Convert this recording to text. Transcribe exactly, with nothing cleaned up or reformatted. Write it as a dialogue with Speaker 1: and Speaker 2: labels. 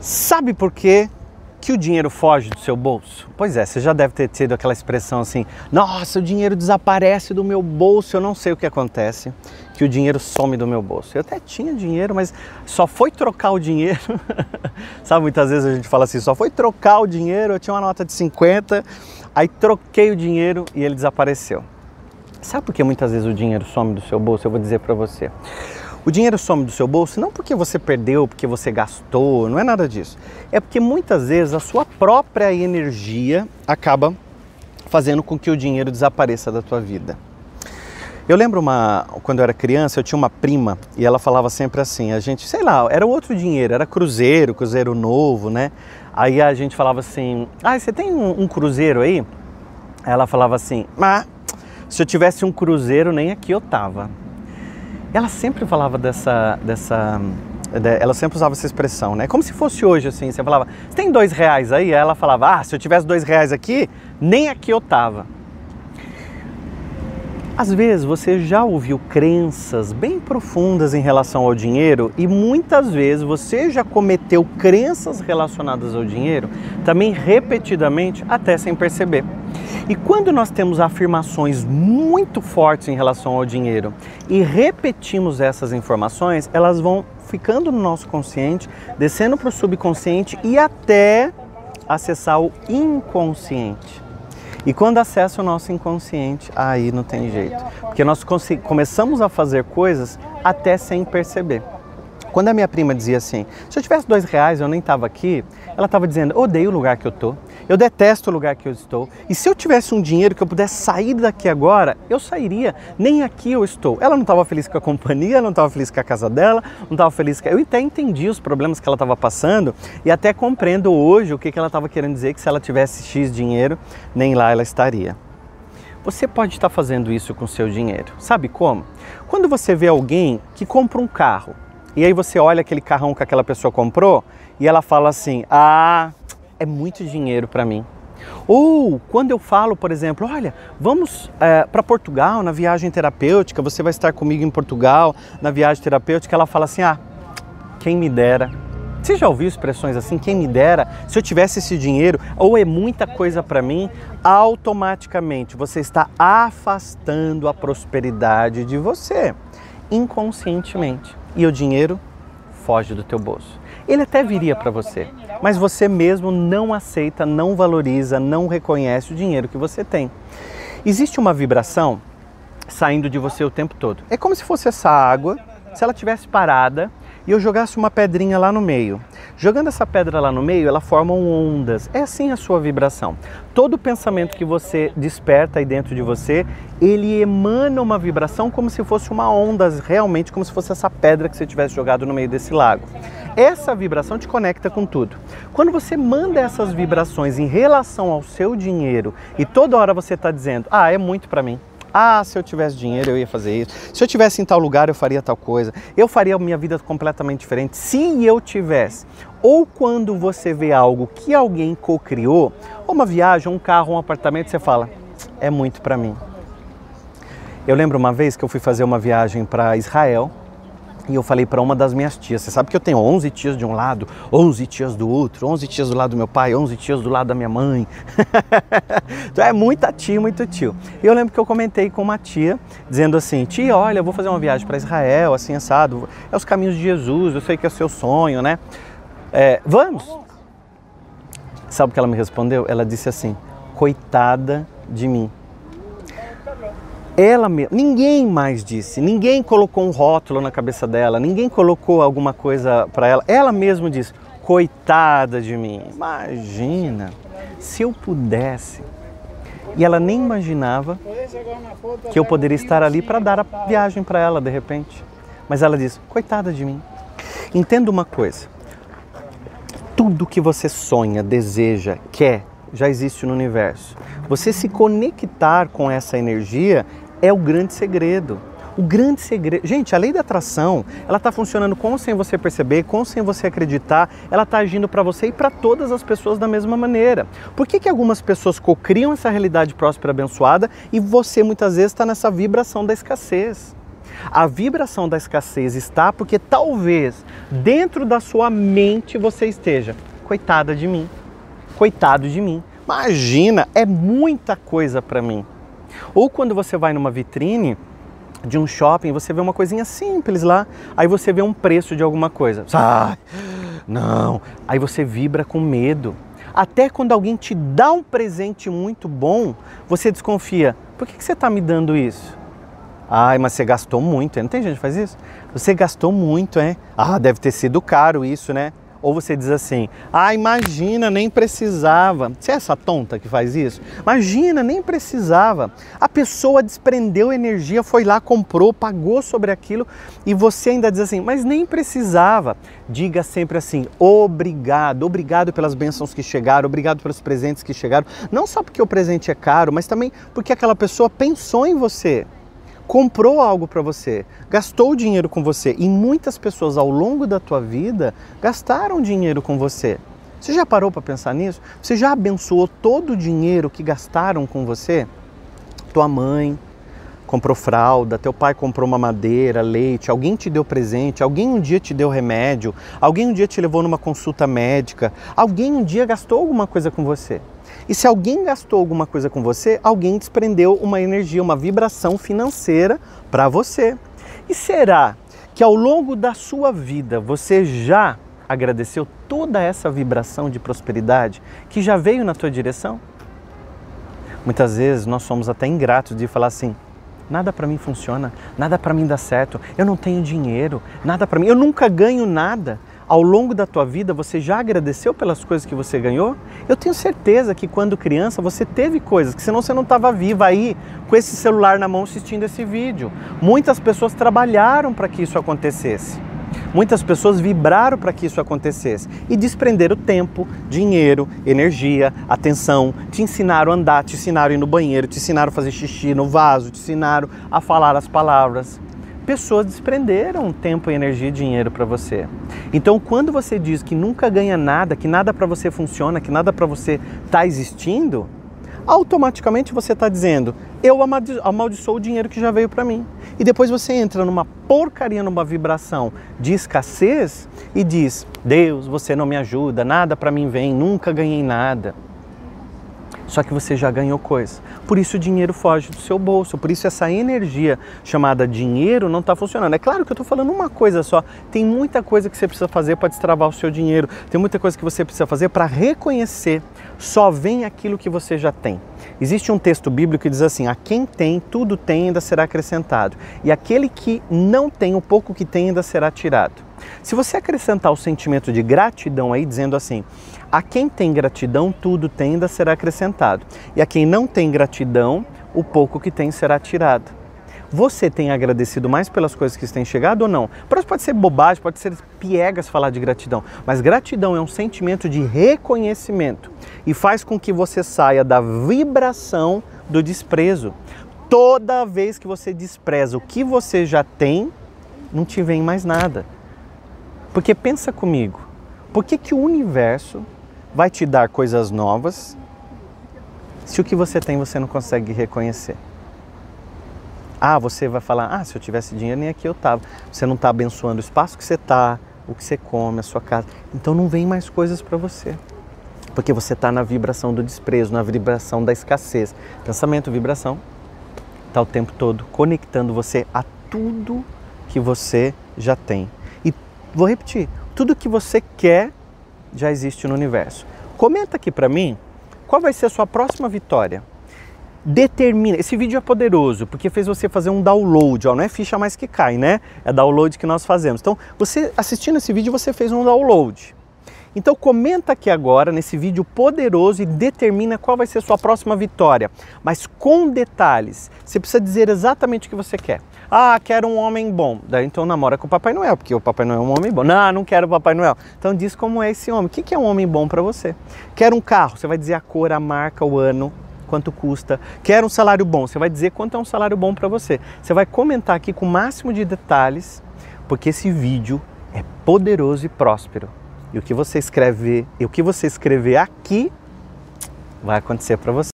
Speaker 1: Sabe por quê que o dinheiro foge do seu bolso? Pois é, você já deve ter tido aquela expressão assim: nossa, o dinheiro desaparece do meu bolso, eu não sei o que acontece, que o dinheiro some do meu bolso. Eu até tinha dinheiro, mas só foi trocar o dinheiro. Sabe, muitas vezes a gente fala assim, só foi trocar o dinheiro, eu tinha uma nota de cinquenta, aí troquei o dinheiro e ele desapareceu. Sabe por que muitas vezes o dinheiro some do seu bolso? Eu vou dizer pra você. O dinheiro some do seu bolso não porque você perdeu, porque você gastou, não é nada disso. É porque muitas vezes a sua própria energia acaba fazendo com que o dinheiro desapareça da tua vida. Eu lembro uma, quando eu era criança, eu tinha uma prima e ela falava sempre assim, a gente, sei lá, era outro dinheiro, era cruzeiro, cruzeiro novo, né? Aí a gente falava assim, ah, você tem um, um cruzeiro aí? Ela falava assim, ah, se eu tivesse um cruzeiro nem aqui eu tava. Ela sempre falava dessa, dessa, ela sempre usava essa expressão, né? Como se fosse hoje, assim, você falava, você tem dois reais aí? Aí ela falava, ah, se eu tivesse dois reais aqui, nem aqui eu tava. Às vezes você já ouviu crenças bem profundas em relação ao dinheiro e muitas vezes você já cometeu crenças relacionadas ao dinheiro, também repetidamente, até sem perceber. E quando nós temos afirmações muito fortes em relação ao dinheiro e repetimos essas informações, elas vão ficando no nosso consciente, descendo para o subconsciente e até acessar o inconsciente. E quando acessa o nosso inconsciente, aí não tem jeito. Porque nós começamos a fazer coisas até sem perceber. Quando a minha prima dizia assim, se eu tivesse dois reais eu nem estava aqui, ela estava dizendo, odeio o lugar que eu estou, eu detesto o lugar que eu estou. E se eu tivesse um dinheiro que eu pudesse sair daqui agora, eu sairia, nem aqui eu estou. Ela não estava feliz com a companhia, não estava feliz com a casa dela, não estava feliz com... Eu até entendi os problemas que ela estava passando e até compreendo hoje o que, que ela estava querendo dizer, que se ela tivesse X dinheiro, nem lá ela estaria. Você pode estar fazendo isso com o seu dinheiro. Sabe como? Quando você vê alguém que compra um carro, e aí você olha aquele carrão que aquela pessoa comprou e ela fala assim, ah, é muito dinheiro para mim. Ou quando eu falo, por exemplo, olha, vamos é, para Portugal na viagem terapêutica, você vai estar comigo em Portugal na viagem terapêutica, ela fala assim, ah, quem me dera. Você já ouviu expressões assim, quem me dera, se eu tivesse esse dinheiro, ou é muita coisa para mim, automaticamente você está afastando a prosperidade de você, inconscientemente. E o dinheiro foge do teu bolso. Ele até viria para você, mas você mesmo não aceita, não valoriza, não reconhece o dinheiro que você tem. Existe uma vibração saindo de você o tempo todo. É como se fosse essa água, se ela tivesse parada e eu jogasse uma pedrinha lá no meio. Jogando essa pedra lá no meio, ela forma ondas. É assim a sua vibração. Todo pensamento que você desperta aí dentro de você, ele emana uma vibração como se fosse uma onda, realmente como se fosse essa pedra que você tivesse jogado no meio desse lago. Essa vibração te conecta com tudo. Quando você manda essas vibrações em relação ao seu dinheiro e toda hora você está dizendo, ah, é muito para mim. Ah, se eu tivesse dinheiro eu ia fazer isso. Se eu tivesse em tal lugar eu faria tal coisa. Eu faria a minha vida completamente diferente. Se eu tivesse. Ou quando você vê algo que alguém co-criou, uma viagem, um carro, um apartamento, você fala, é muito para mim. Eu lembro uma vez que eu fui fazer uma viagem para Israel e eu falei para uma das minhas tias, você sabe que eu tenho onze tias de um lado, onze tias do outro, onze tias do lado do meu pai, onze tias do lado da minha mãe. Então é muita tia, muito tio. E eu lembro que eu comentei com uma tia, dizendo assim, tia, olha, eu vou fazer uma viagem para Israel, assim, assado, é os caminhos de Jesus, eu sei que é o seu sonho, né? É, vamos? Sabe o que ela me respondeu? Ela disse assim, coitada de mim. Ela mesma, ninguém mais disse, ninguém colocou um rótulo na cabeça dela, ninguém colocou alguma coisa para ela. Ela mesma disse, coitada de mim. Imagina, se eu pudesse. E ela nem imaginava que eu poderia estar ali para dar a viagem para ela de repente. Mas ela disse, coitada de mim. Entenda uma coisa, tudo que você sonha, deseja, quer, já existe no universo. Você se conectar com essa energia é o grande segredo. O grande segredo... Gente, a lei da atração, ela está funcionando com ou sem você perceber, com ou sem você acreditar, ela está agindo para você e para todas as pessoas da mesma maneira. Por que que algumas pessoas cocriam essa realidade próspera abençoada e você muitas vezes está nessa vibração da escassez? A vibração da escassez está porque talvez dentro da sua mente você esteja, coitada de mim, coitado de mim. Imagina, é muita coisa para mim. Ou quando você vai numa vitrine de um shopping, você vê uma coisinha simples lá, aí você vê um preço de alguma coisa. Ah, não. Aí você vibra com medo. Até quando alguém te dá um presente muito bom, você desconfia. Por que que você está me dando isso? Ai, mas você gastou muito, hein? Não tem gente que faz isso? Você gastou muito, hein? Ah, deve ter sido caro isso, né? Ou você diz assim, ah, imagina, nem precisava. Você é essa tonta que faz isso? Imagina, nem precisava. A pessoa desprendeu energia, foi lá, comprou, pagou sobre aquilo e você ainda diz assim, mas nem precisava. Diga sempre assim, obrigado, obrigado pelas bênçãos que chegaram, obrigado pelos presentes que chegaram. Não só porque o presente é caro, mas também porque aquela pessoa pensou em você. Comprou algo para você, gastou dinheiro com você e muitas pessoas ao longo da tua vida gastaram dinheiro com você. Você já parou para pensar nisso? Você já abençoou todo o dinheiro que gastaram com você? Tua mãe comprou fralda, teu pai comprou uma madeira, leite, alguém te deu presente, alguém um dia te deu remédio, alguém um dia te levou numa consulta médica, alguém um dia gastou alguma coisa com você. E se alguém gastou alguma coisa com você, alguém desprendeu uma energia, uma vibração financeira para você. E será que ao longo da sua vida você já agradeceu toda essa vibração de prosperidade que já veio na tua direção? Muitas vezes nós somos até ingratos de falar assim, nada para mim funciona, nada para mim dá certo, eu não tenho dinheiro, nada para mim, eu nunca ganho nada. Ao longo da tua vida, você já agradeceu pelas coisas que você ganhou? Eu tenho certeza que quando criança você teve coisas, que senão você não estava viva aí com esse celular na mão assistindo esse vídeo. Muitas pessoas trabalharam para que isso acontecesse. Muitas pessoas vibraram para que isso acontecesse e desprenderam tempo, dinheiro, energia, atenção, te ensinaram a andar, te ensinaram a ir no banheiro, te ensinaram a fazer xixi no vaso, te ensinaram a falar as palavras. Pessoas desprenderam tempo, energia e dinheiro para você. Então, quando você diz que nunca ganha nada, que nada para você funciona, que nada para você está existindo, automaticamente você está dizendo, eu amaldiçoo o dinheiro que já veio para mim. E depois você entra numa porcaria, numa vibração de escassez e diz, Deus, você não me ajuda, nada para mim vem, nunca ganhei nada. Só que você já ganhou coisa. Por isso o dinheiro foge do seu bolso. Por isso essa energia chamada dinheiro não está funcionando. É claro que eu estou falando uma coisa só. Tem muita coisa que você precisa fazer para destravar o seu dinheiro. Tem muita coisa que você precisa fazer para reconhecer. Só vem aquilo que você já tem. Existe um texto bíblico que diz assim, a quem tem, tudo tem ainda será acrescentado. E aquele que não tem, o pouco que tem ainda será tirado. Se você acrescentar o sentimento de gratidão aí, dizendo assim, a quem tem gratidão, tudo tem ainda será acrescentado. E a quem não tem gratidão, o pouco que tem será tirado. Você tem agradecido mais pelas coisas que têm chegado ou não? Pode ser bobagem, pode ser piegas falar de gratidão, mas gratidão é um sentimento de reconhecimento e faz com que você saia da vibração do desprezo. Toda vez que você despreza o que você já tem, não te vem mais nada. Porque pensa comigo, por que que o universo vai te dar coisas novas se o que você tem você não consegue reconhecer? Ah, você vai falar, ah, se eu tivesse dinheiro nem aqui eu estava. Você não está abençoando o espaço que você está, o que você come, a sua casa. Então não vem mais coisas para você. Porque você está na vibração do desprezo, na vibração da escassez. Pensamento, vibração, está o tempo todo conectando você a tudo que você já tem. E vou repetir, tudo que você quer já existe no universo. Comenta aqui para mim, qual vai ser a sua próxima vitória? Determina, esse vídeo é poderoso, porque fez você fazer um download, ó, não é ficha mais que cai, né? É download que nós fazemos. Então, você assistindo esse vídeo, você fez um download. Então, comenta aqui agora, nesse vídeo poderoso e determina qual vai ser a sua próxima vitória. Mas com detalhes, você precisa dizer exatamente o que você quer. Ah, quero um homem bom. Daí então namora com o Papai Noel, porque o Papai Noel é um homem bom. Não, não quero o Papai Noel. Então diz como é esse homem. O que é um homem bom para você? Quero um carro, você vai dizer a cor, a marca, o ano, quanto custa. Quero um salário bom, você vai dizer quanto é um salário bom para você. Você vai comentar aqui com o máximo de detalhes, porque esse vídeo é poderoso e próspero. E o que você escrever, e o que você escrever aqui vai acontecer para você.